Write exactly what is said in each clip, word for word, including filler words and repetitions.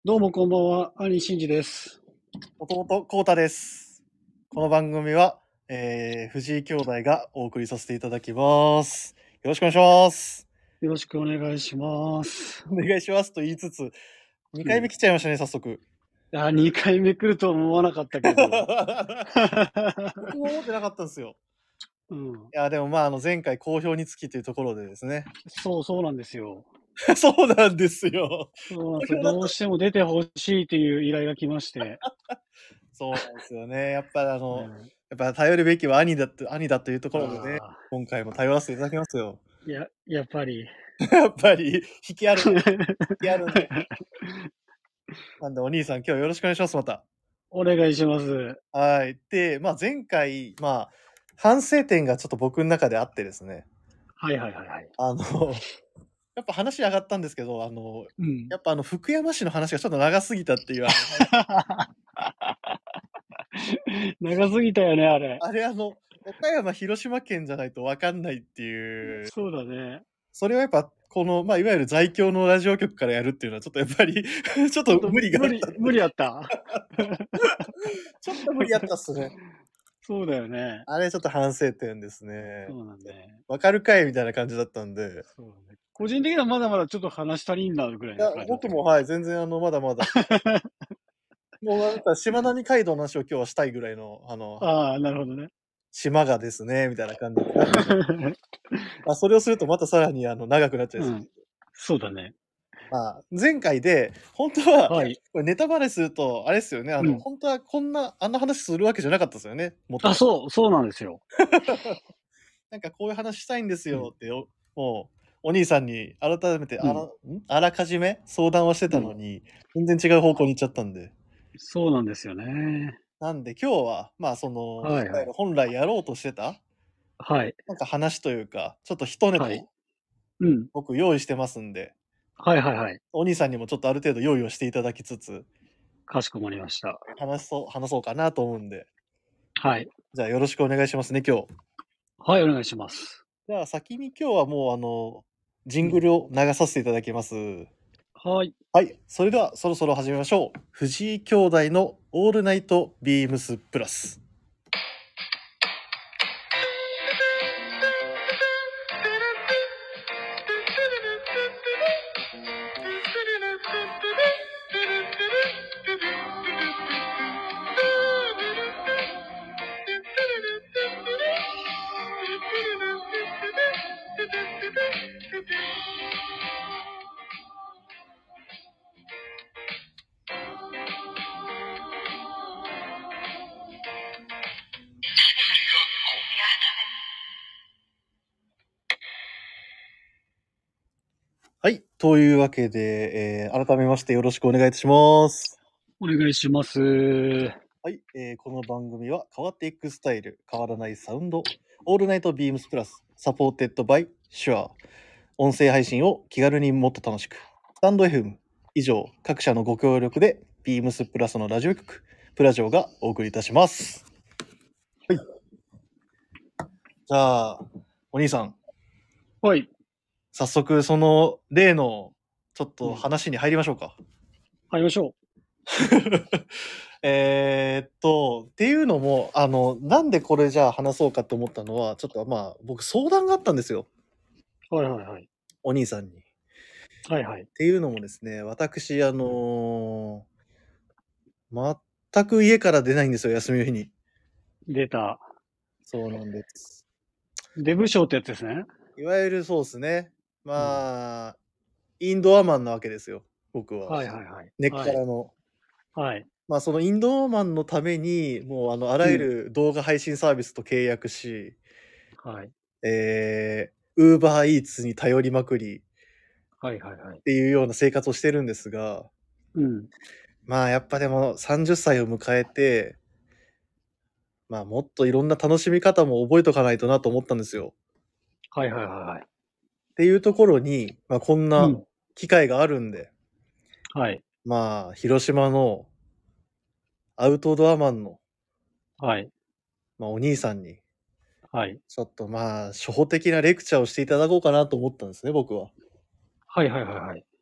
どうもこんばんは、兄真司です。 もともとこうたです。この番組は、えー、藤井兄弟がお送りさせていただきます。よろしくお願いします。 よろしくお願いします。 お願いしますと言いつつ、にかいめうん。 来ちゃいましたね、早速。 いや、にかいめ来ると思わなかったけど。 僕も思ってなかったんですよ。 うん。 いや、でもまあ、あの、前回好評につきというところでですね。 そうそうなんですよ。 そうなんですよ。 そうなんですよ。 好評だった。 どうしても出てほしいという依頼が来まして。 そうなんですよね。やっぱりあの、 うん、 やっぱ頼るべきは兄だって兄だというところでね、 あ今回も頼らせていただきますよ。 ーや、やっぱり。 やっぱり、引きあるね。引きあるね。なんでお兄さん、今日はよろしくお願いします、また。 お願いします。 はい。で、まあ、前回、まあ、反省点がちょっと僕ん中であってですね、 はいはいはいはい。 あの、やっぱ話上がったんですけど、あの、 うん。 やっぱあの、福山市の話がちょっと長すぎたっていう、あの、 長すぎたよね、あれ。 あれあの、岡山、広島県じゃないと分かんないっていう、 そうだね。 それはやっぱ、この、まあ、いわゆる在京のラジオ局からやるっていうのはちょっとやっぱりちょっちょっとと無理があ無理、 ったって。 無理やった。 ちょっと無理やったっすね。 そうだよね。 あれちょっと反省点ですね。 そうなんだね。 分かるかいみたいな感じだったんで。 そうだね。個人的にはまだまだちょっと話足りんなぐらいいや、 な感じだった僕も、 けど。 はい、全然あの、まだまだもうなんか、しまなみ海道の話を今日はしたいぐらいの、あの、 ああ、なるほどね。 島がですね、みたいな感じで。まあ、それをするとまたさらにあの、長くなっちゃいそう。 うん。そうだね。 まあ、前回で、ほんとは、 はい。 これネタバレすると、あれっすよね、あの、 うん。 ほんとはこんな、あんな話するわけじゃなかったですよね、元あ、 は。 そう、そうなんですよ。 なんかこういう話したいんですうん。 よって、おもう、お兄さんに改めて、 うん。 あらん？あらかじめ相談はしてうん。 たのに、全然違う方向に行っちゃったんで。 そうなんですよね。 なんで今日は、まあ、その、今はいはい。 回の本来やろうとしてたはい。 なんか話というか、ちょっと一ネタ、 はい。うん。 僕用意してますんで、 はいはいはい。 お兄さんにもちょっとある程度用意をしていただきつつ、 かしこまりました。 話そう話そうかなと思うんで、 はい。 じゃあよろしくお願いしますね、今日。 はい、お願いします。 じゃあ先に今日はもうあの、ジうん。 ングルを流させていただきます。 はい。 はい、それではそろそろ始めましょう。藤井兄弟のオールナイトビームスプラス。はい、というわけで、えー、改めましてよろしくお願いいたします。 お願いします。 はい、えーこの番組は変わっていくスタイル、変わらないサウンド、オールナイトビームスプラス、サポーテッドバイシュア。音声配信を気軽にもっと楽しく。スタンド エフエム 以上各社のご協力でビームスプラスのラジオ局プラジオがお送りいたします。はい。じゃあ、お兄さん、 はい。 早速その例のちょっとうん。 話に入りましょうか。 入りましょえーっと、っていうのも、あの、なんでこれじゃあ話そうかと思ったのは、ちょっとまあ、僕相談があったんですよ。 う。はいはいはい。 お兄さんに。っはいはい。 ていうのもですね、私、あうん。 のー全く家から出ないんですよ、休みの日に。 出た。 そうなんです。 デブ賞ってやつですね。 いわゆるそうですね。 うん。 まあ、インドアマンなわけですよ、僕は。 はいはいはい。 根っかはい。 らの。 はい。 まあ、そのインドアマンのために、もうあの、あらゆうん。 る動画配信サービスと契約し、 はい。 えー、Uber Eats に頼りまくりはいはいはい。 っていうような生活をしてるんですが、 うん。 まあ、やっぱでもさんじゅっさいを迎えて、まあ、もっといろんな楽しみ方も覚えとかないとなと思ったんですよ。 はいはいはいはい。 っていうところに、まあ、こんなうん。 機会があるんで、 はい。 まあ、広島のアウトドアマンの、 はい。 まあ、お兄さんに、 はい。 ちょっとまあ、初歩的なレクチャーをしていただこうかなと思ったんですね、僕は。 はいはいはいはい。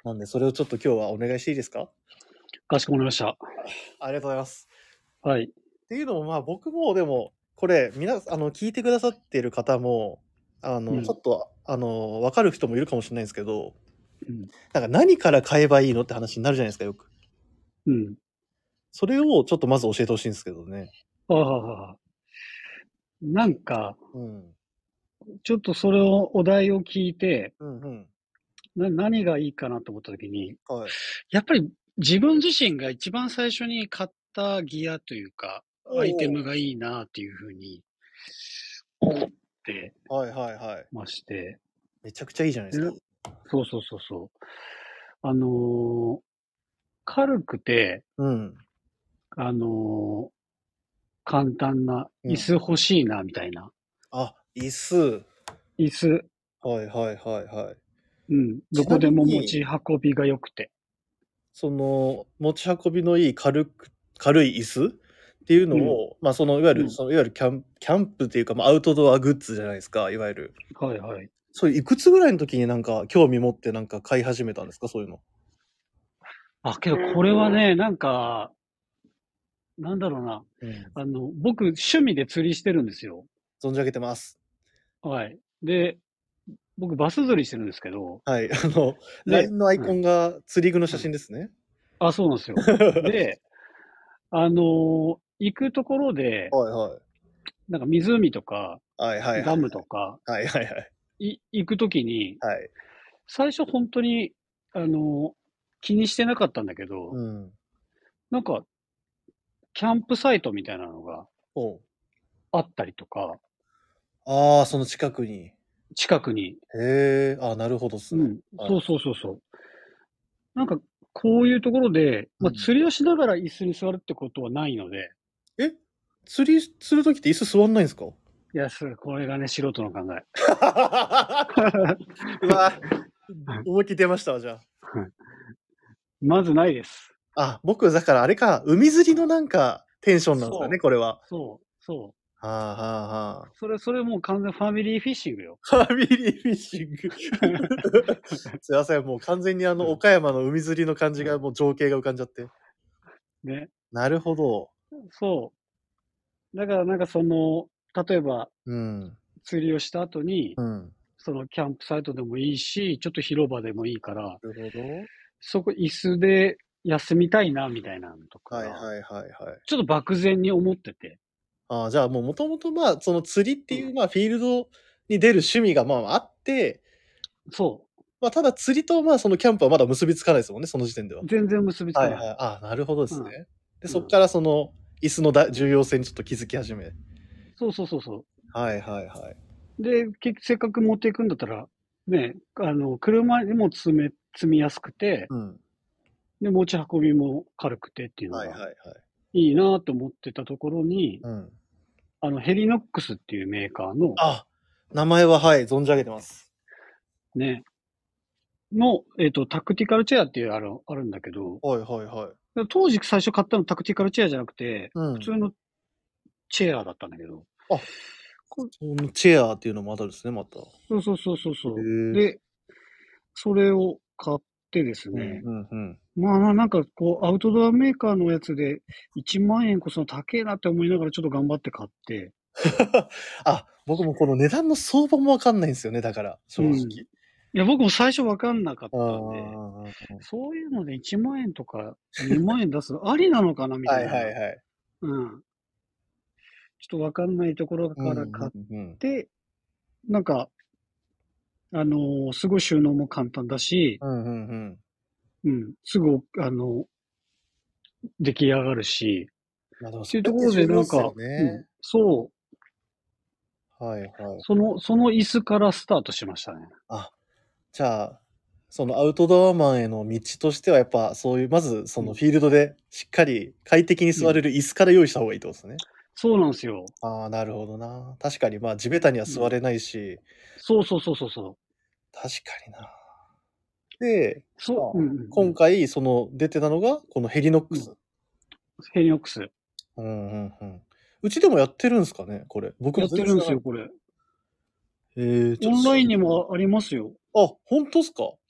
なんで、それをちょっと今日はお願いしていいですか？ かしこまりました。 ありがとうございます。 はい。 っていうのも、まあ僕もでも、これ、みな、あの、聞いてくださってる方も、あの、 うんちょっと、あの、わかる人もいるかもしれないんですけど、 うん。 なんか何から買えばいいのって話になるじゃないですか、よく。 うん。 それをちょっとまず教えてほしいんですけどね。 ああ、なんか、 うん。 ちょっとそれを、お題を聞いて、 うんうん。 な、何がいいかなと思った時に、 はい。 やっぱり自分自身が一番最初に買ったギアというか、アイテムがいいなっていうふうに思ってはいはいはい。 まして、 めちゃくちゃいいじゃないですでか。 そうそうそうそう。あのー軽くて、 うん。 あのー簡単なうん。 椅子欲しいな、みたいな。 あ、椅子。 椅子、 はいはいはいはい。 うん、どちなこでも持みに、 ち運びが良くて。 その、持ち運びのいい軽く、軽い椅子っていうのうん、 を、まあその、いわゆる、 うん。 その、いわゆるキャン、キャンプっていうか、まあアウトドアグッズじゃないですか、いわゆる。 はいはい。 それいくつぐらいの時になんか興味持ってなんか買い始めたんですか、そういうの。 あ、けどこれはね、なんか、なんだろうな。 うん。 あの、僕、趣味で釣りしてるんですよ。 存じ上げてます。 はい。で、僕、バス釣りしてるんですけど、 はい。あの、 で、 ライン のアイうん、 コンが釣り具の写うん。 真ですね。 あ、そうなんですよ。で、あのー行くところで、 はいはい。 なんか湖とか、 はいはいはい。 ダムとか、 はいはいはい。 い、行くときに、 はい。 最初本当に、あのー気にしてなかったんだけど、 うん。 なんか、キャンプサイトみたいなのがおう。 あったりとか、 ああ、その近くに。 近くに。 へえ、あ、なるほどっすね。 うん。 はい。 そうそうそうそう。なんか、こういうところで、まあ、 うん。 釣りをしながら椅子に座るってことはないので、 え、釣りする時って椅子座んないんですか？ いや、すこれがね、素人の考え。 うわ、思いっきり出ましたわ、じゃまずないです。 あ。あ、僕だからあれか、海釣りのなんかテンションなんですよね、 そう、 これは。 そう、そう。 はあはあはあ。 それ、それもう完全ファミリーフィッシングよ。 ファミリーフィッシング。すいません、もう完全にあの岡山の海釣りの感じがもう情景が浮かんじゃって。 ね。 なるほど。 そう。だからなんかその、例えばうん。 釣りをした後に、 うん。 そのキャンプサイトでもいいし、ちょっと広場でもいいから、 なるほど。 そこ椅子で休みたいな、みたいなのとかが、 はいはいはいはい。 ちょっと漠然に思ってて。 ああ、じゃあもうもともとまあ、その釣りってうん。 いうまあフィールドに出る趣味がまああって、 そまあただ釣りとまあそのキャンプはまだ結びつかないですもんね、その時点では。 う。全然結びつかない。 はいはい。ああ、なるほどでうん。 すね。で、そっうん。 からその椅子のだ重要性にちょっと気づき始め。 そうそうそうそはいはいはい。 う。で、けせっかく持っていくんだったら、ね、あの、車にも積め、積みやすくて、 うん。 で、持ち運びも軽くてっていうのはいがはいはい。 いいなと思ってたところに、 うん。 あの、ヘリノックスっていうメーカーの、 あ、名前ははい、存じ上げてます。 ね、の、えっと、タクティカルチェアっていうある、あるんだけど、 はいはいはい。 当時最初買ったのタクティカルチェアじゃなくて、 うん。 普通のチェアだったんだけど、 あ、 こそのチェアっていうのもあるんですね、また。へそうそうそうそうそう。 え。 で、それを買ってですうんね、 うんうん。 まあな、なんかこう、アウトドアメーカーのやつでいちまん円こそ高えなって思いながらちょっと頑張って買って、 あ、僕もこの値段の相場もわかんないんですよね、だから、正うん。 直。 いや、僕も最初わかんなかっあたんで、 あ。 そういうのでいちまん円とかにまん円出すのありなのかなみはいたいな。 はいはい。 うん。ちょっとわかんないところうんから買っうんうん。 て、なんか、あのーすごい収納も簡単だし、 うんうんうん。 うん、すぐ、あの、出来上がるし、 ま、でもっていうところそれって重でなんか、 要っすようん、 ね。 そう、 はいはい。 その、その椅子からスタートしましたね。 あ、じゃあ、そのアウトドアマンへの道としてはやっぱそういう、まずそうん、 のフィールドでしっかり快適にうん。 座れる椅子から用意した方がいいってことですね。 そうなんですよ。 ああ、なるほどな。確かにまあ地べたにはうん。 座れないし、 そうそうそうそうそう。 確かにな。で、まあ、 そう、うんうん今回その出てたのが、このヘリノッうん。うん。 クス。 ヘリノックス。 うんうんうん。うちでもやってるんすかね？これ。僕やも全然知らない。 ってるんですよ、これ。 ええ、ちょっとしオンラインにもありますよ。 あ、ほんとっすか？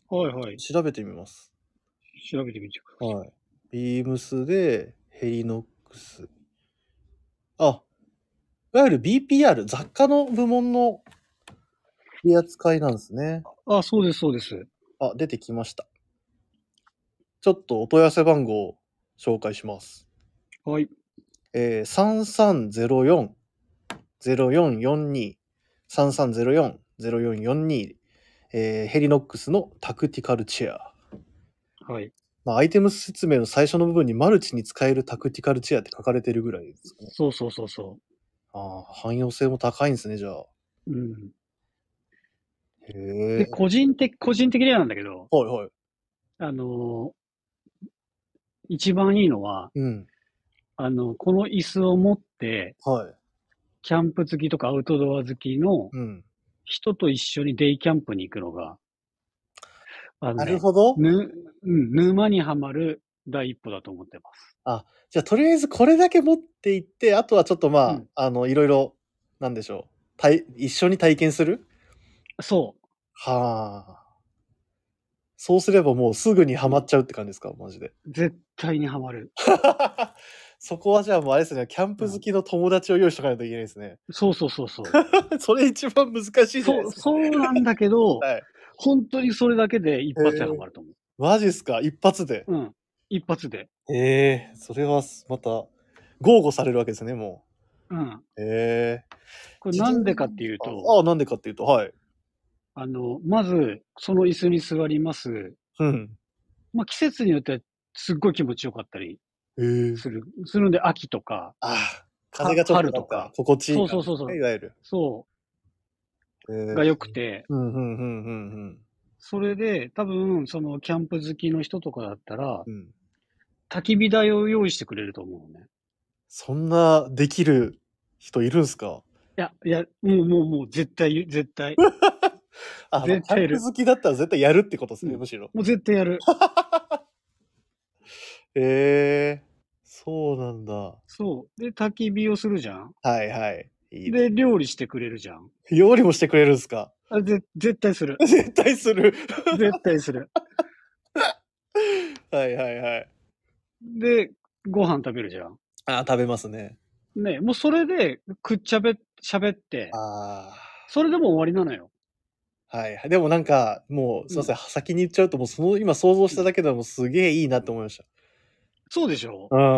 はいはい。 調べてみます。 調べてみてください。 はい。ビームスでヘリノックス。あ、いわゆる ビーピーアール、雑貨の部門の取り扱いなんですね。 あ、そうです、そうです。 あ、出てきました。ちょっとお問い合わせ番号を紹介します。 はい。 えー、さんさんゼロよん ゼロよんよんに さんさんゼロよん ゼロよんよんに、えー、ヘリノックスのタクティカルチェア。 はい。 まあ、アイテム説明の最初の部分にマルチに使えるタクティカルチェアって書かれてるぐらいですかね。 そうそうそうそああ、汎用性も高いんですね、じゃあ。 う。うん。 へで、 え。 個人的、個人的にはなんだけど、 はいはい。 あのー一番いいのは、 うん。 あの、この椅子を持って、 はい。 キャンプ好きとかアウトドア好きのうん。 人と一緒にデイキャンプに行くのが、あのなるね、 ほど。 ぬ、うん、沼にはまる第一歩だと思ってます。 あ、じゃあとりあえずこれだけ持っていって、あとはちょっとまあ、 うん。 あの、いろいろ、なんでしょう。たい一緒に体験する。 そはあ。そうすればもうすぐにはう。うん。 まっちゃうって感じですか？マジで。 絶対にはまる。 そこはじゃあもうあれですね、キャンうん。 プ好きの友達を用意しとかないといけないですね。 そうそうそうそう。 それ一番難しいじゃないでそう、 すか。 そうなんだけど、 はい。 本当にそれだけで一へ発ではえ。 まると思マジっすか？一発で。 う。うん。一発で。 ええ、それはすまた、豪語されるわけですね、もうん。 う。へえ。 これ自動なんでかっていうと、 あ、あ、なんでかっていうと、はい。 あの、まず、その椅子に座ります。 うん。 まあ、季節によってはすっごい気持ちよかったりへえ。 する。するんで、秋とか、 ああ、風は、 がちょっとなんか春とか、 心地いいそう感じですね、 そうそうそう、 いわゆる。 そへう、 え。 が良くて、 うん、ふんふんふんふん。 それで、多分、その、キャンプ好きの人とかだったら、 うん。 焚き火台を用意してくれると思うのね。 そんなできる人いるんすか？ いや、いや、もう、もう、もう、絶対、絶対、 あ、ま、キャン絶対いる。 プ好きだったら絶対やるってことですね、 うん。 むしろ。 もう絶対やる。 へえ、そうなんだ。 そう。で、焚き火をするじゃん。 はいはい。いいでで、料理してくれるじゃん。 料理もしてくれるんすか？ あ、ぜ、絶対する。 絶対する。 絶対する。 はいはいはい。 で、ご飯食べるじゃん。 あ、食べますね。 ね、もうそれで、くっちゃべ、喋って、 ああ。 それでも終わりなのよ。 はいはい。でもなんか、もうすいうん。 ません、先に言っちゃうと、もうその今想像しうん。 ただけでもすげえいいなって思いました。 そうでしょ？ うん。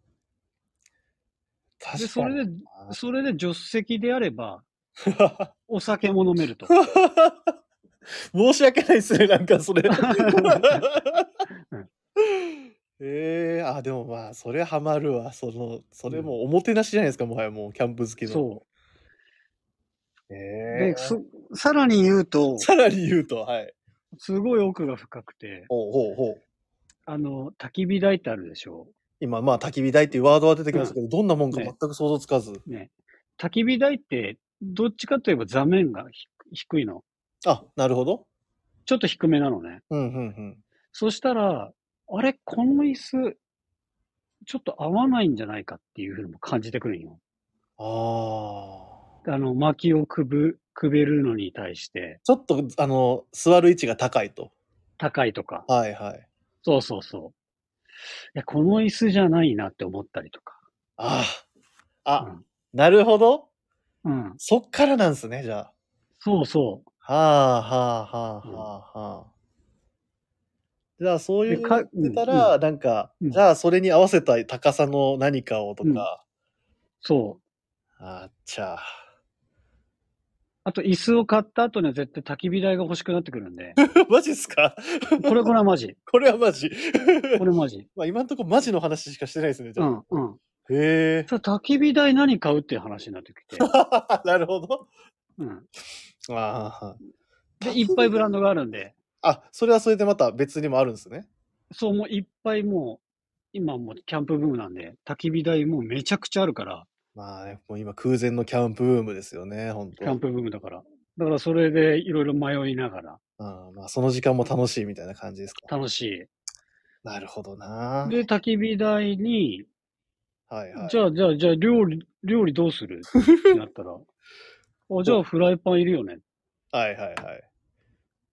で、 確かにそれで、 な。 それで助手席であれば、お酒も飲めると。 申し訳ないですね、なんかそれ。 うん。 ええ、あ、でもまあ、それハマるわ。その、それうん。 もうおもてなしじゃないですか、もはやもうキャンプ好きの。 そえう。で、 え。 そ、さらに言うと、 さらに言うと、はい。 すごい奥が深くて、 ほうほうほう。 あの、焚き火台ってあるでしょ？ 今、まあ、焚き火台っていうワードは出てきうん。 ましたけど、どんなもんか全ね、 く想像つかず。 ね。焚き火台って、どっちかといえば座面がひ低いの。 あ、なるほど。 ちょっと低めなのね。 うん、ふんふん。 そしたら、あれ、この椅子、ちょっと合わないんじゃないかっていうふうにも感じてくるんよ。 ああ。 あの、薪をくぶ、くべるのに対して、 ちょっと、あの、座る位置が高いと。 高いとか。 はいはい。 そうそうそう。いや、この椅子じゃないなって思ったりとか。 ああ。あ、 うん。 なるほど。 うん。 そっからなんすね、じゃあ。 そうそはあはあはあう。うん。 はあはあ。じゃあ、そうで、か、 言っうん、うん、 てたら、なんか、 うん、 じゃあ、それに合わせた高さの何かをとうん。 か、 そう。 あっちゃ。 あと、椅子を買った後には絶対焚き火台が欲しくなってくるんで。 マジっすか？ これ、これはマジ。 これはマジ。 これマジ。 まあ、今んとこマジの話しかしてないですね、じゃあ。 うん、うん。 へえ。 それ焚き火台何買うっていう話になってきて。 なるほど。 うん。 ああ。 で、 焚いっき火台ぱいブランドがあるんで、 あ、それはそれでまた別にもあるんすね。 そう、もういっぱいもう、今もうキャンプブームなんで、焚き火台もうめちゃくちゃあるから、 まあね、もう今空前のキャンプブームですよね、ほんと。 キャンプブームだから。だからそれでいろいろ迷いながら、 うん、まあ、その時間も楽しいみたいな感じですか。 楽しなるほどい。 な。 で、焚き火台に、 はいはい。 じゃあ、じゃあ、じゃあ、料理、料理どうするってなったら、あ、じゃほう。 あフライパンいるよね。 はいはいはい。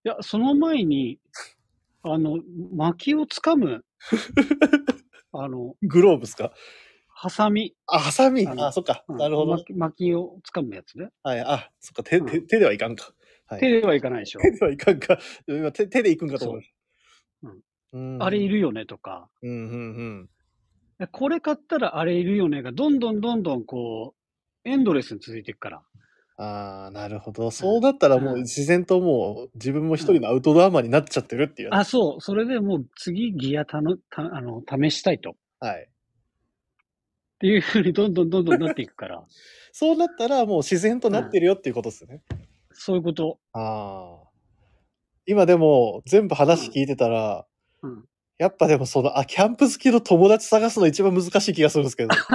や、その前に、あの、薪をつかむ、あの、 グローブですか？ ハサミ、 あ、ハサミ。あ、 あの、 そっか。 うん、 なるほどね。 薪、薪をつかむやつね。 はい。あ、そっか。手、手、 うん。 手ではいかんか。はい。 手ではいかないでしょ。 手ではいかんか。今手、手でいくんかと思いまそしう。うん。 た。うん、 あれいうん、 るよねとか、 うん、うん。 これ買ったらあれいるよねが、どんどんどんどんこう、エンドレスに続いていくから。 ああ、なるほど。 うん。 そうだったらもううん。 自然ともう自分も一うん。 人のアウトドアマンになっちゃってるっていうやつ。 あ、そう。それでもう次ギアたの、た、あの、試したいと。っはい。 ていうふうにどんどんどんどんなっていくから。 そうなったらもう自然となってうん。 るよっていうことですね。 そういうこと。 ああ。今でも全部うん。 話聞いてたら、 うん。 やっぱでもその、あ、キャンプ好きの友達探すの一番難しい気がするんですけど。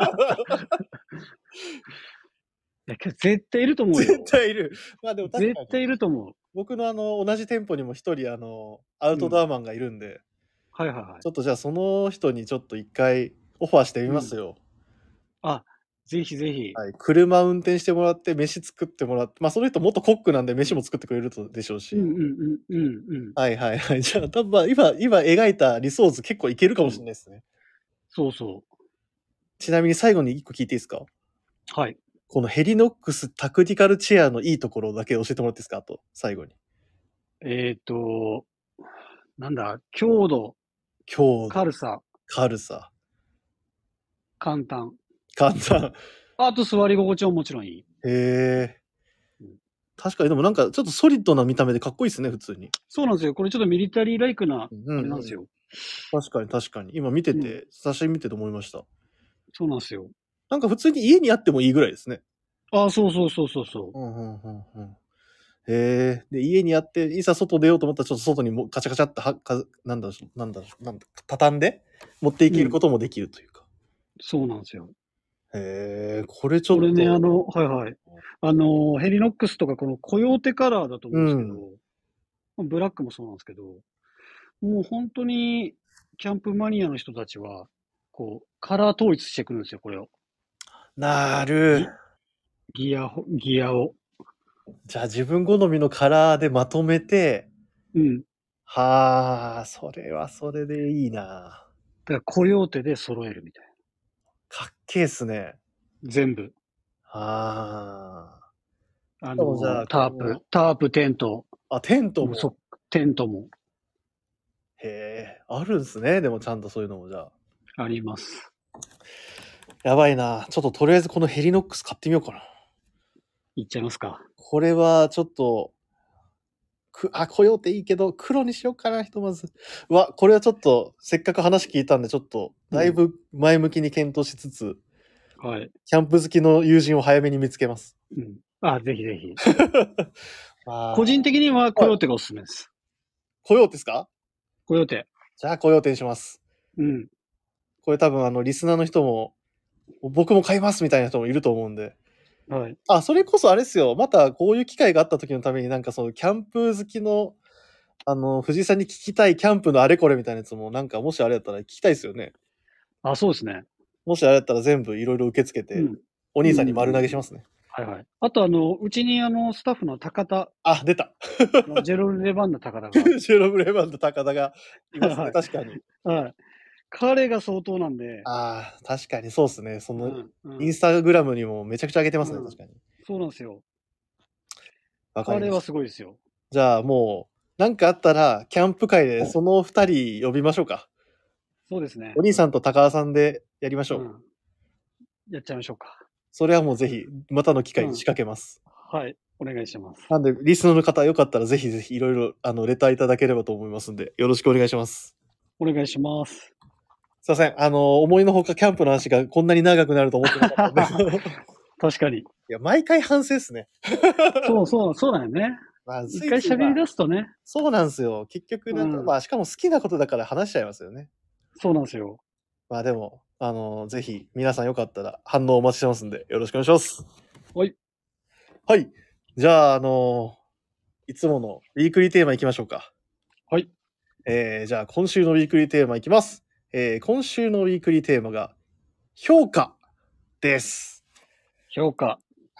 いや、けど絶対いると思う絶よ。 対いる。まあでも確かに、 絶対いると思う。 僕のあの、同じ店舗にも一人あの、アウうん。 トドアマンがいるんで、 はいはいはい。 ちょっとじゃあその人にちょっと一回オファーしてみうん。 ますよ。 あ、ぜひぜひ。 はい。車運転してもらって、飯作ってもらって、まあその人元コックなんでうん。 飯も作ってくれるとでしょうし。 うんうんうんうんうん。 はいはいはい。じゃあ多分まあ今、今描いた理想図結構いけるかもしれうん。 ないですね。 そうそちなみに最後に一個聞いていいですか？ う。はい。 このヘリノックスタクティカルチェアのいいところだけ教えてもらっていいですか？あと、最後に。 えっと、なんだ、強度、 強度、 軽さ、 軽さ、 簡単。 簡単。 あと座り心地ももちろんいい。 へえ。 うん、 確かにでもなんかちょっとソリッドな見た目でかっこいいですね、普通に。 そうなんですよ。これちょっとミリタリーライクな、 うんうん。 あれなんですよ。 確かに確かに。今見てうん。 て、写真見てて思いました。 そうなんですよ。 なんか普通に家にあってもいいぐらいですね。 あ、そうそうそうそうそうんうんうんうん。へえ。で、家にあって、いざ外出ようと思ったらちょっと外にもカチャカチャってはかなんだろうなんだろうなんだ、畳んで持っていう。うん。 けることもできるというか。 そうなんですよ。 へえ、これちょこれね、あっと、 の、はいはい。あの、ヘリノックスとかこのコヨーテカラーだと思うんですけど、 うん。 ブラックもそうなんですけど、もう本当に、キャンプマニアの人たちは、こう、カラー統一してくるんですよ、これを。 なる。 ギ、ギアを、ギアを。 じゃあ自分好みのカラーでまとめて、 うん。 はあ、それはそれでいいな。 だからコヨーテで揃えるみたいかっけえっすね。 な。全部。 はあ。しあかもじゃの、 あ、 タープ、 この、 タープ、テント、 あ、テントもうそ、 も、 テントもへえ、あるんすね。でもちゃんとそういうのもじゃあ。 あります。 やばいな。ちょっととりあえずこのヘリノックス買ってみようかな。 いっちゃいますか。 これはちょっと、く、あ、コヨーテいいけど、黒にしようかな、ひとまず。うわ、これはちょっと、せっかく話聞いたんで、ちょっと、 うん。 だいぶ前向きに検討しつつ、 はい。 キャンプ好きの友人を早めに見つけます。 うん。あ、ぜひぜひ。個あ人的にはあ、はい。 コヨーテがおすすめです。 コヨーテですか？ コヨーテ。 じゃあ、コヨーテにします。 うん。 これ多分、あの、リスナーの人も、僕も買いますみたいな人もいると思うんで。 はい。 あ、それこそあれですよ。またこういう機会があった時のために、なんかそのキャンプ好きの、あの、藤井さんに聞きたいキャンプのあれこれみたいなやつも、なんかもしあれだったら聞きたいですよね。 あ、そうですね。 もしあれだったら全部いろいろ受け付けて、 うん。 お兄さんにうんうんうん丸投げしますね。 はいはい。あとあの、うちにあの、スタッフの高田、 あ、出た。 あのジェロレバンの高田が、 シェロブレーバンと高田がいますね。 はい。 確かに。 はい。彼が相当なんで、 ああ、確かにそうですね。その、 うん、うインん、 スタグラムにもめちゃくちゃ上げてますね。 うん。 確かに。 そうなんですよ。 わかり彼はました。 すごいですよ。 じゃあもう、なんかあったら、キャンプ会でその二人呼びましょうか。 そうですね。 お兄さんと高田さんでやりましょう。 うん。やっちゃいましょうか。 それはもうぜひ、またの機会に仕うん。 掛けます。 はい。お願いします。 なんで、リスナーの方、よかったらぜひぜひいろいろ、あの、レターいただければと思いますんで、よろしくお願いします。 お願いします。 すいません。あの、思いのほかキャンプの話がこんなに長くなると思ってなかったんで。い確かに。 や、毎回反省ですね。 そうそう、そうだよね。 まあ、 一ついつい、ま回喋りあ、 出すとね。 そうなんですよ。結局なんか、 うん。 まあ、しかも好きなことだから話しちゃいますよね。 そうなんですよ。 まあでも、あの、ぜひ、皆さんよかったら反応お待ちしてますんで、よろしくお願いします。 はい。 はい。じゃあ、あの、いつものウィークリーテーマいきましょうか。 はい。 えー、じゃあ、今週のウィークリーテーマいきます。えー、今週のウィークリーテーマが、評価です。 評価。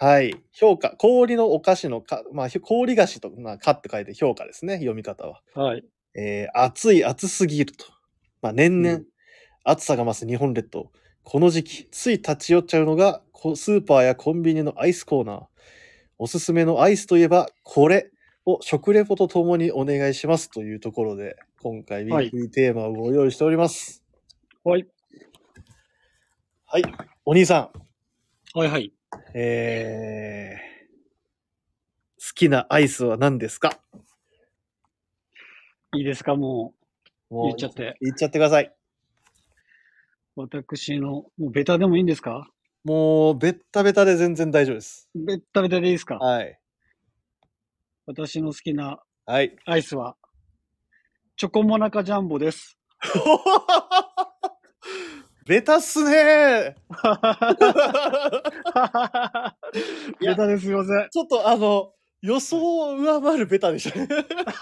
はい。評価。氷のお菓子のか、まあ、ひ氷菓子と、まあ、かって書いて評価ですね。読み方は。 はい。 えー、暑い暑すぎると。まあ、年々 うん。 暑さが増す日本列島。この時期、つい立ち寄っちゃうのが、こスーパーやコンビニのアイスコーナー。おすすめのアイスといえば、これを食レポとともにお願いしますというところで、今回ウィはい。 ークリーテーマをご用意しております。 はい。 はい。お兄さん。 はいはい。 えー、好きなアイスは何ですか？ いいですか、もう、言もう、 っちゃって。 言っちゃってください。 私の、もうベタでもいいんですか？ もう、ベッタベタで全然大丈夫です。 ベッタベタでいいですか？ はい。 私の好きなはい。 アイスは、チョコモナカジャンボです。 ベタっすねいや、 ベタですいません。 ちょっとあの、予はい。 想を上回るベタでしたね。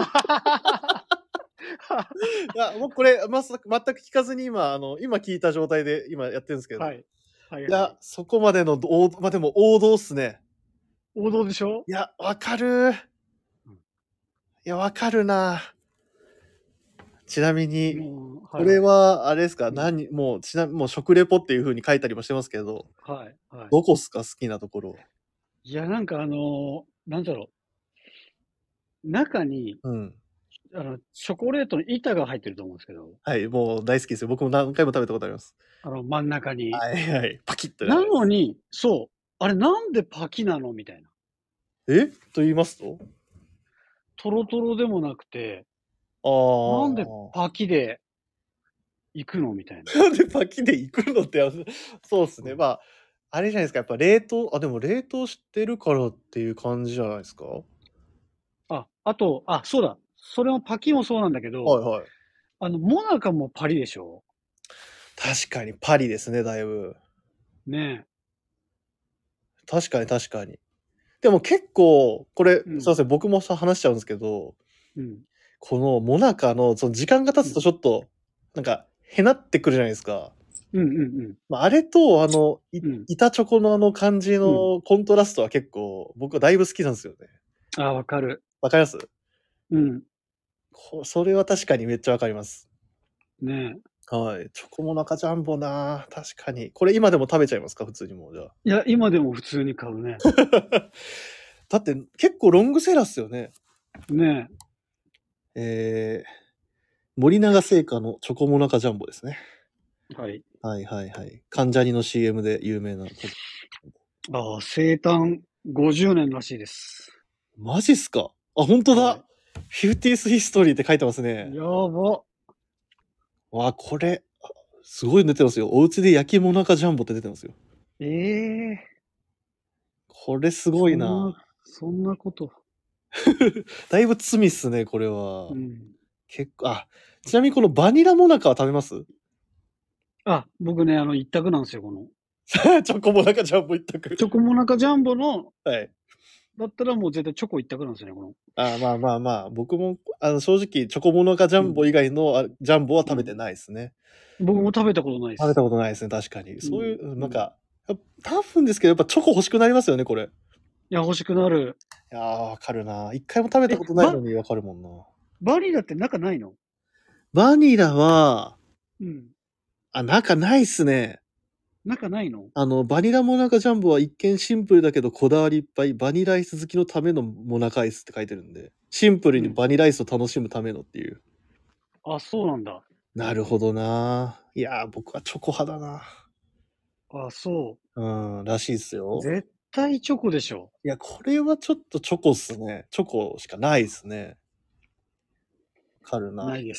いや、僕これ、まさ全く聞かずに今、あの、今聞いた状態で今やってるんですけど。 はい。はいいや、 はい。 そこまでの、おまあ、でも王道っすね。 王道でしょ？ いや、わかる。いうん。 や、わかるな。ちなみに、 もう、はこれいはい。 は、あれですか、 うん。 何、もう、ちなみに、もう食レポっていう風に書いたりもしてますけど、 はいはい。 どこっすか、好きなところは。 いや、なんかあの、なんだろう、中に、 うん。 あの、チョコレートの板が入ってると思うんですけど、 はい、もう大好きですよ。僕も何回も食べたことあります。 あの、真ん中に。 はいはい。パキッとやなるやつ。 のに、そう、あれなんでパキなのみたいな。 えと言いますと？ トロトロでもなくて、 あなんであ。 パキで行くのみたいな。 なんでパキで行くのって、あそうっすね。 うん。 まあ、あれじゃないですか、やっぱ冷凍あ、でも冷凍してるからっていう感じじゃないですか？ あ、あと、あ、そうだ。それもパキもそうなんだけど、 はいはい。 あの、モナカもパリでしょ？ 確かにパリですね、だいぶ。 ね確かに確かに。でも結構、これ、 え。うん。 すいません、僕もさ話しちゃうんですけど、 うん。 このモナカのその時間が経つとうん。 ちょっと、なんか、へなってくるじゃないですか。 うんうんまあ、あれと、あの、いうん。うん。 板チョコのあの感じうん。 のコントラストは結構、僕はだいぶ好きなんですよね。 あ、わかる。 わかります？ うん。 こそれは確かにめっちゃわかります。 ねえ。 はい。チョコモナカジャンボな、確かに。これ今でも食べちゃいますか？普通にもう、じゃあ。 いや、今でも普通に買うね。 だって結構ロングセラーっすよね。 ねえー、森永製菓のチョコモナカジャンボですね。 え。はい。 はいはいはい。関ジャニの シーエム で有名な。 ああ、生誕ごじゅうねんらしいです。 マジっすか？あ、本当はだ。フィフティースヒストリーって書いてますね。 い。やば。 わ、これ、あすごい出てますよ。お家で焼きもなかジャンボって出てますよ。 ええ、 これすごいな。 そんな、そんなこと。 だいぶ罪っすね、これは。 うん。 結構、あ、ちなみにこのバニラモナカは食べます？ あ、僕ね、あの、一択なんですよ、この。 チョコモナカジャンボ一択。 チョコモナカジャンボの、 はい。 だったらもう絶対チョコ一択なんですよね、この。 あまあまあまあ、僕も、あの、正直、チョコモナカジャうん。 ンボ以外のあジャンボはうん。 食べてないですね。 僕も食べたことないで食べたす。 ことないですね、確かに。 うん。 そういう、 うん。いなんか、や多分ですけど、やっぱチョコ欲しくなりますよね、これ。いや、欲しくなる。 やー、わかるな。一回も食べたえ、 ことないのバ、 にわかるもんな。 バニラって中ないの？ バニラは、 うん。 あ、中ないっすね。 中ないの？ あの、バニラモナカジャンボは一見シンプルだけどこだわりいっぱい、バニラアイス好きのためのモナカアイスって書いてるんで、シンプルにうん。 バニラアイスを楽しむためのっていう。 あ、そうなんだ。 なるほどな。いやー、僕はチョコ派だな。 あ、そうん、らしいっすう。 よ。 絶対チョコでしょ。 いや、これはちょっとチョコっすね。チョコしかないっすね。わかるな。 ないです。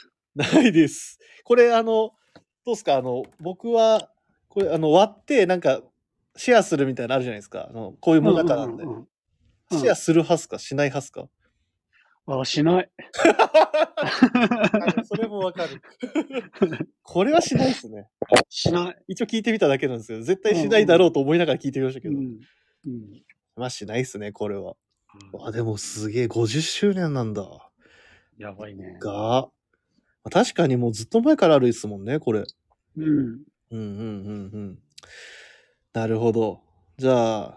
ないです。これ、あの、どうっすかあの、僕は、これ、あの、割って、なんか、シェアするみたいなのあるじゃないですか。あの、こういうもうんうなかなんで。 んうんうん。うん。 シェアする派っすかしない派っすか？ あ、しない。 あ、でもそれもわかる。これはしないっすね。 しない。 一応聞いてみただけなんですけど、絶対うんしないだろうん。 うと思いながら聞いてみましたけど。 うん。うん。 まあ、しないっすね、これは。 うん。 あ、でもすげえ、ごじゅっしゅうねんなんだ。 やばいね。 が、確かにもうずっと前からあるですもんね、これ。 うん。 うんうんうんうん。なるほど。じゃあ、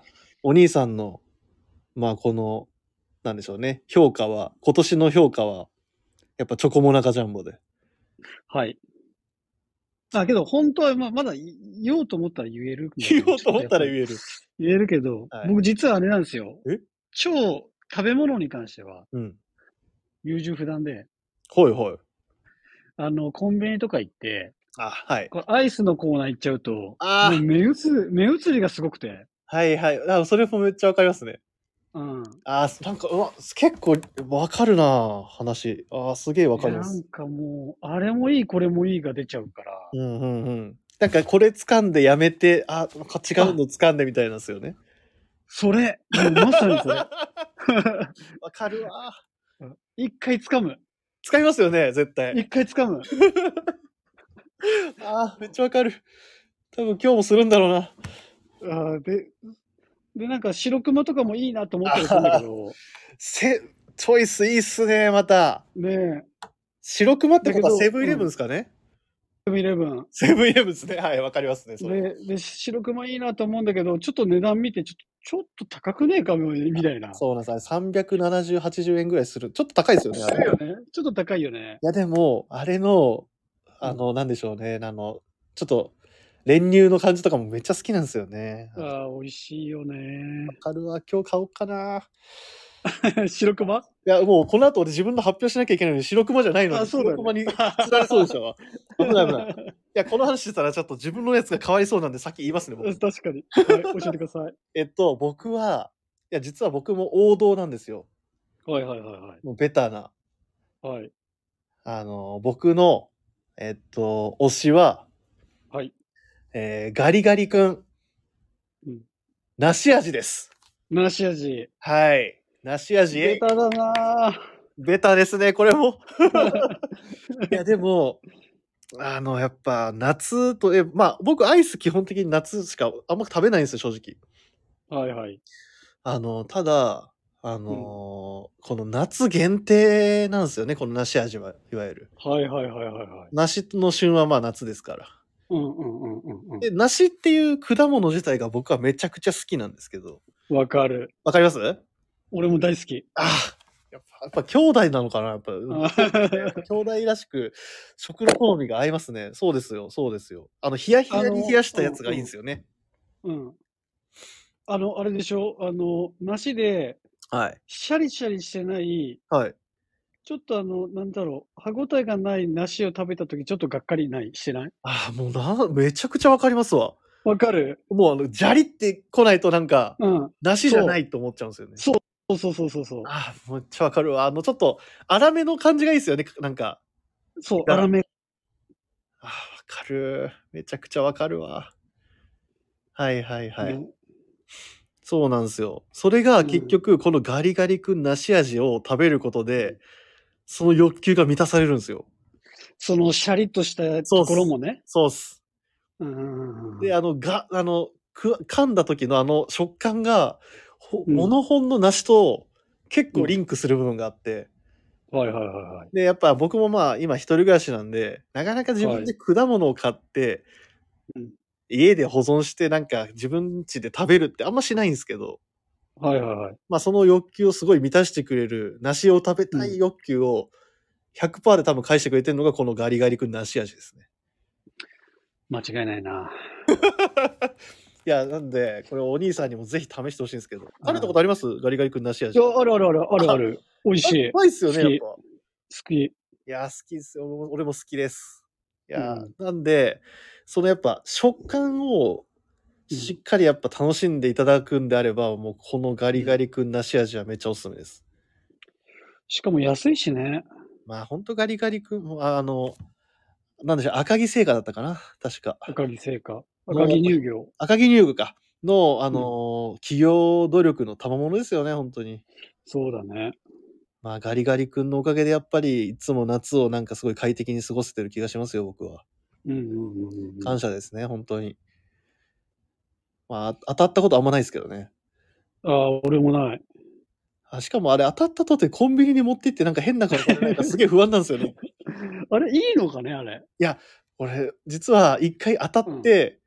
お兄さんの、まあこの、なんでしょうね、評価は、今年の評価は、やっぱチョコモナカジャンボで。 はい。あ、けど本当はままだ言おうと思ったら言えるんだけど。 言おうと思ったら言える。 言えるけど、 はい、 僕実はあれなんですよ。 え超食べ物に関しては、 うん。 優柔不断で、 はいはい。 あの、コンビニとか行って、 あ、はい。 これアイスのコーナー行っちゃうと、 あもう目移目移りがすごくて。 はいはい。あ、それもめっちゃわかりますね。 うん。 あー、なんか、うわ、結構わかるな話。あー、すげえわかりまなんす。 かもう、あれもいい、これもいいが出ちゃうから。 うんうんうん。なんかこれ掴んでやめて、あ、なんか違うの掴んでみたいなんですよね。 それ、もうまさにそれ。 わかるわ。 一回掴む。 使いますよね、絶対。 一回掴む。 あー、めっちゃわかる。多分今日もするんだろうな。 あで、で、なんか白熊とかもいいなと思ったりするんだけど。 せ、チョイスいいっすね、また。 ねえ。 白熊ってことはだけどセブンイレブンですかね、 セブンイレブン。 セブンイレブンですね。はい、わかりますね、それ。 で、で、白熊いいなと思うんだけど、ちょっと値段見て、ちょっと、ちょっと高くねえかも、みたいな。 そうなんです。あれさんびゃくななじゅう、はちじゅうえんぐらいする。ちょっと高いですよね、あれ。 するよね。ちょっと高いよね。 いや、でも、あれの、あの、なんでしょうね、あの、ちょっと、練乳の感じとかもめっちゃ好きなんですよね。わああ、美味しいよね。 かるわ、今日買おうかな。 白熊いや、もうこの後俺自分の発表しなきゃいけないのに、白熊じゃないのあ、 に、 そうだね。 白熊に釣られそうでしたわ。危ない危ない。いや、この話してたらちょっと自分のやつが変わりそうなんで、さっき言いますね、僕。 確かに。はい、教えてください。 えっと、僕は、いや、実は僕も王道なんですよ。 はいはいはいはい。 もうベタな。 はい。 あの、僕の、えっと、推しは、 はい。 えー、ガリガリ君、 うん。 梨味です。 梨味。 はい。梨味。 ベタだなぁ。 ベタですね、これも。いや、でも、あの、やっぱ、夏と、え、まあ、僕、アイス基本的に夏しかあんま食べないんですよ、正直。 はいはい。 あの、ただ、あのーうん。 この夏限定なんですよね、この梨味は、いわゆる。 はいはいはいはいはい。 梨の旬はまあ夏ですから。 うんうんうんうんうん。 で、梨っていう果物自体が僕はめちゃくちゃ好きなんですけど。 わかる。 わかります俺も大好き。 ああ、やっぱ、やっぱ兄弟なのかなやっぱ、うんあそうですね。やっぱ兄弟らしく、食の好みが合いますね。そうですよ、そうですよ。あの、ヒヤヒヤに冷やしたやつがいいんですよね。 うん。あの、あれでしょあの、梨で、 はい。 シャリシャリしてない、 はい。 ちょっとあの、なんだろう、歯ごたえがない梨を食べたとき、ちょっとがっかりないしてないああ、もうな、めちゃくちゃわかりますわ。 わかるもうあの、ジャリって来ないとなんか、 うん。 梨じゃないと思っちゃうんですよね。 そうそうそうそうそう。 ああ、めっちゃわかるわ。あの、ちょっと、粗めの感じがいいですよね、なんか。 そう、 が粗め。 ああ、わかる。めちゃくちゃわかるわ。はいはいはい。 ね。 そうなんですよ。それが結うん局、このガリガリ君梨味を食べることで、その欲求が満たされるんですよ。 そのシャリッとしたとそうっす。 ころもね。 そうっす。 うんうんうんで、あの、が、あの、く噛んだ時のあの食感が、ほうんモノホンの梨と結構うんリンクする部分があって、 はいはいはいはい。 で、やっぱ僕もまあ今一人暮らしなんで、なかなか自分で果物を買って、 うん家で保存してなんか自分家で食べるってあんましないんですけど、 はいはいはい。 まあその欲求をすごい満たしてくれる梨を食べたい欲求をひゃくパーセントで多分返してくれてるのがこのガリガリ君梨味ですね。 間違いないな。 いや、なんで、これお兄さんにもぜひ試してほしいんですけど。食べたことありますガリガリ君梨味。 いや、あるあるある、あるある。美味しい。 うまいっすよね、やっぱ。 好き。 いや、好きですよ。俺も俺も好きです。いや、 うんなんで、そのやっぱ食感をしっかりやっぱ楽しんでいただくんであれば、もうこのガリガリ君梨味はめっちゃおすすめです。 しかも安いしね。 まあほんとガリガリ君も、あの、なんでしょう、赤城製菓だったかな確か。 赤城製菓。赤城乳業。 赤城乳具か。の、あのうんー企業努力の賜物ですよね、本当に。 そうだね。 まあ、ガリガリ君のおかげでやっぱり、いつも夏をなんかすごい快適に過ごせてる気がしますよ、僕は。 うんうんうんうん。 感謝ですね、本当に。まあ、当たったことあんまないですけどね。 ああ、俺もない。 あしかもあれ当たったとてコンビニに持って行ってなんか変な顔されないかすげえ不安なんですよね。 あれ、いいのかね、あれ。 いや、俺、実は一回当たって、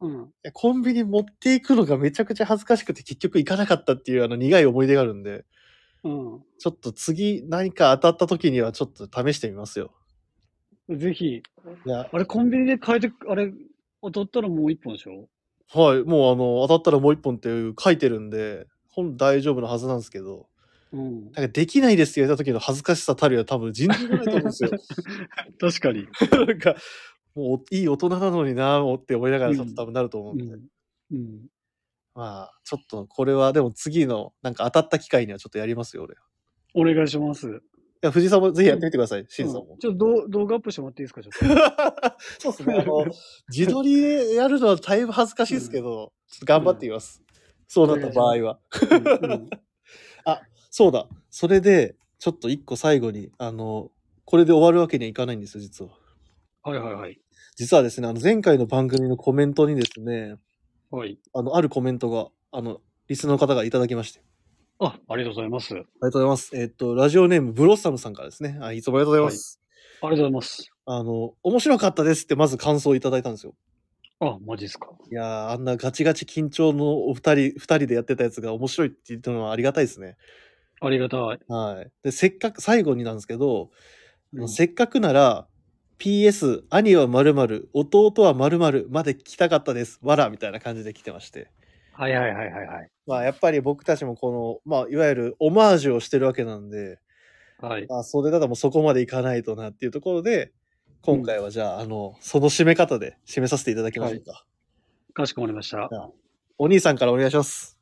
うん。 コンビニ持っていくのがめちゃくちゃ恥ずかしくて結局行かなかったっていうあの苦い思い出があるんで、 うちょっと次何か当たった時にはちょっと試してみますよ。 ん。ぜひ。 いや、 あれ、コンビニで買えて、あれ、当たったらもう一本でしょ？ はい、もうあの、当たったらもう一本っていう書いてるんで、本大丈夫なはずなんですけど、 うん。 なんかできないですって言われた時の恥ずかしさたるや多分尋常じゃないと思うんですよ。 確かに。 なんか、もういい大人なのになぁって思いながらちょっと多分なると思うんで。 うん。うん。 まあ、ちょっとこれはでも次のなんか当たった機会にはちょっとやりますよ、俺。いお願いします。 や、藤井さんもぜひやってみてください、シンさんも。 ちょっと動画アップしてもらっていいですか、ちょっそうですね。あの、自撮りでやるのはだいぶ恥ずかしいですけど、ちょっと頑張ってみます。そうなった場合は。 と。うんうんあ、そうだ。それで、ちょっと一個最後に、あの、これで終わるわけにはいかないんですよ、実は。 はいはいはい。 実はですね、あの、前回の番組のコメントにですね、 はい。 あの、あるコメントが、あの、リスナーの方がいただきまして。 あ、ありがとうございます。 ありがとうございます。えっと、ラジオネーム、ブロッサムさんからですね。あ、いつもありがとうございます。 ありがとうございます。 あの、面白かったですって、まず感想をいただいたんですよ。 あ、マジっすか。 いやー、あんなガチガチ緊張のお二人、二人でやってたやつが面白いって言ったのはありがたいですね。 ありがたい。 はい。で、せっかく、最後になんですけど、あのうんせっかくなら、ピーエス、兄は〇〇、弟は〇〇まで聞きたかったです。わら、みたいな感じで来てまして。 はいはいはいはいはい。 まあ、やっぱり僕たちもこの、まあ、いわゆるオマージュをしてるわけなんで、 はい。 まあ、それだともうそこまでいかないとなっていうところで、今回はじゃあ、あの、その締め方で締めさせていただきましょうか。 かしこまりましたじ。ゃあお兄さんからお願いします。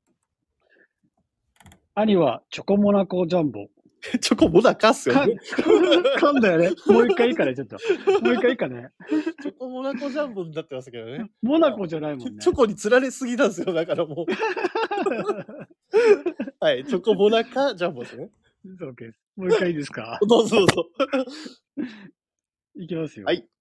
兄はチョコモナコジャンボ。 チョコモナカっすよか、 ね。 噛んだよね。もう一回いいかね、ちょっと。もう一回いいかね。 チョコモナコジャンボになってますけどね。 モナコじゃないもんね。 チョコに釣られすぎなんですよ、だからもう。はい、チョコモナカジャンボですね。 そうです。もう一回いいですか？ どうぞどうぞ。 いきますよ。 はい。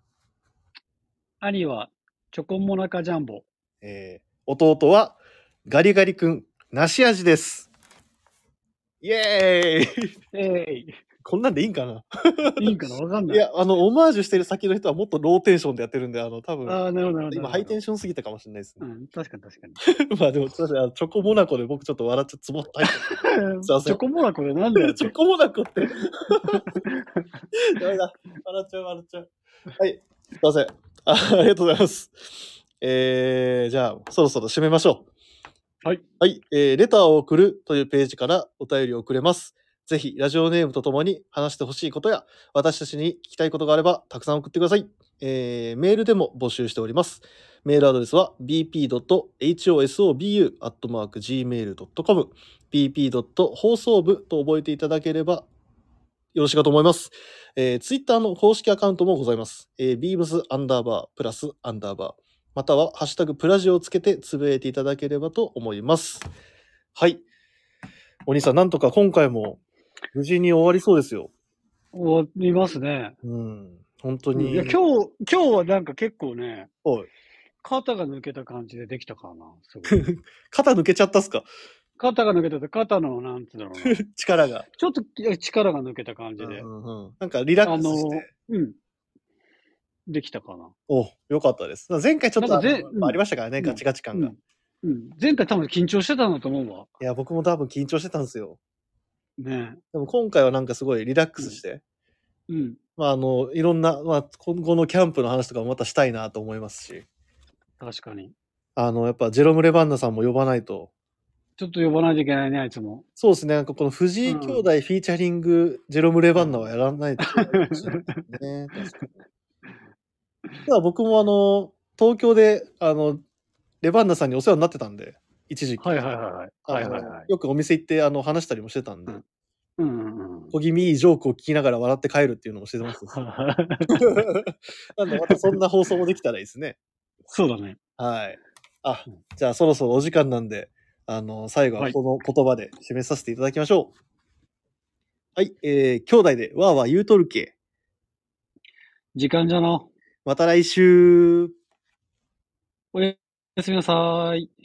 兄はチョコモナカジャンボ。 えー、弟はガリガリ君、梨味です。イエーイえい。 こんなんでいいんかな。 いいんかな、わかんない。 いや、あの、オマージュしてる先の人はもっとローテンションでやってるんで、あの、多分、 ああ、なるほど、なるほど。 今ハイテンションすぎたかもしれないですね。 うん、確かに確かに。 まあでも、すいません、あのチョコモナコで僕ちょっと笑っちゃ、つぼった入っちゃった。すいませんチョコモナコでなんだよって。 チョコモナコって。ダメだ。笑っちゃう、笑っちゃう。はい。すいません。あありがとうございます。えー、じゃあ、そろそろ締めましょう。 はい。 はい。えー、レターを送るというページからお便りを送れます。ぜひ、ラジオネームとともに話してほしいことや、私たちに聞きたいことがあれば、たくさん送ってください。えー、メールでも募集しております。メールアドレスは ビーピードットホーソーブ アットマークジーメールドットコム ビーピー 放送部と覚えていただければよろしいかと思います。えー、ツイッターの公式アカウントもございます。えー、ビームスアンダーバープラスアンダーバーまたはハッシュタグプラジオをつけてつぶやいていただければと思います。はい。お兄さん、なんとか今回も無事に終わりそうですよ。 終わりますね。 うん。本当に。 いや、今日、今日はなんか結構ね、 はい。 肩が抜けた感じでできたかな。すごい。 肩抜けちゃったっすか？ 肩が抜けたと肩の、なんて言うんだろうな。 力が。 ちょっといや力が抜けた感じで。 うんうんうん、なんかリラックスして。 あの、うん。できたかな。 お、よかったです。前回ちょっとあなんかぜのありましたからね、 うんガチガチ感が。 うん。うん。前回多分緊張してたんだと思うわ。 いや、僕も多分緊張してたんですよ。 ねでも今回はなんかすごいリラックスして、 え。うん。 まああの、いろんな、まあ今後のキャンプの話とかもまたしたいなと思いますし、 確かに。 あの、やっぱジェロム・レバンナさんも呼ばないと。 ちょっと呼ばないといけないね、あいつも。 そうですね、なんかこの藤井兄弟フィーチャリング、ジェロム・レバンナはやらないといけないかもしれないですね。確かに。ただ僕もあの、東京で、あの、レバンナさんにお世話になってたんで、一時期。 はいはいはいはい。はいあのはいはい。 よくお店行ってあの話したりもしてたんで、 うんうんうんうん。 小気味いいジョークを聞きながら笑って帰るっていうのもしてますし。なんでまたそんな放送もできたらいいですね。 そうだね。 はい。あうん、 じゃあそろそろお時間なんで、あの、最後はこの言葉で締めさせていただきましょう。はい、えー、兄弟でわーわー言うとるけ。 時間じゃな。 また来週。 おやすみなさーい。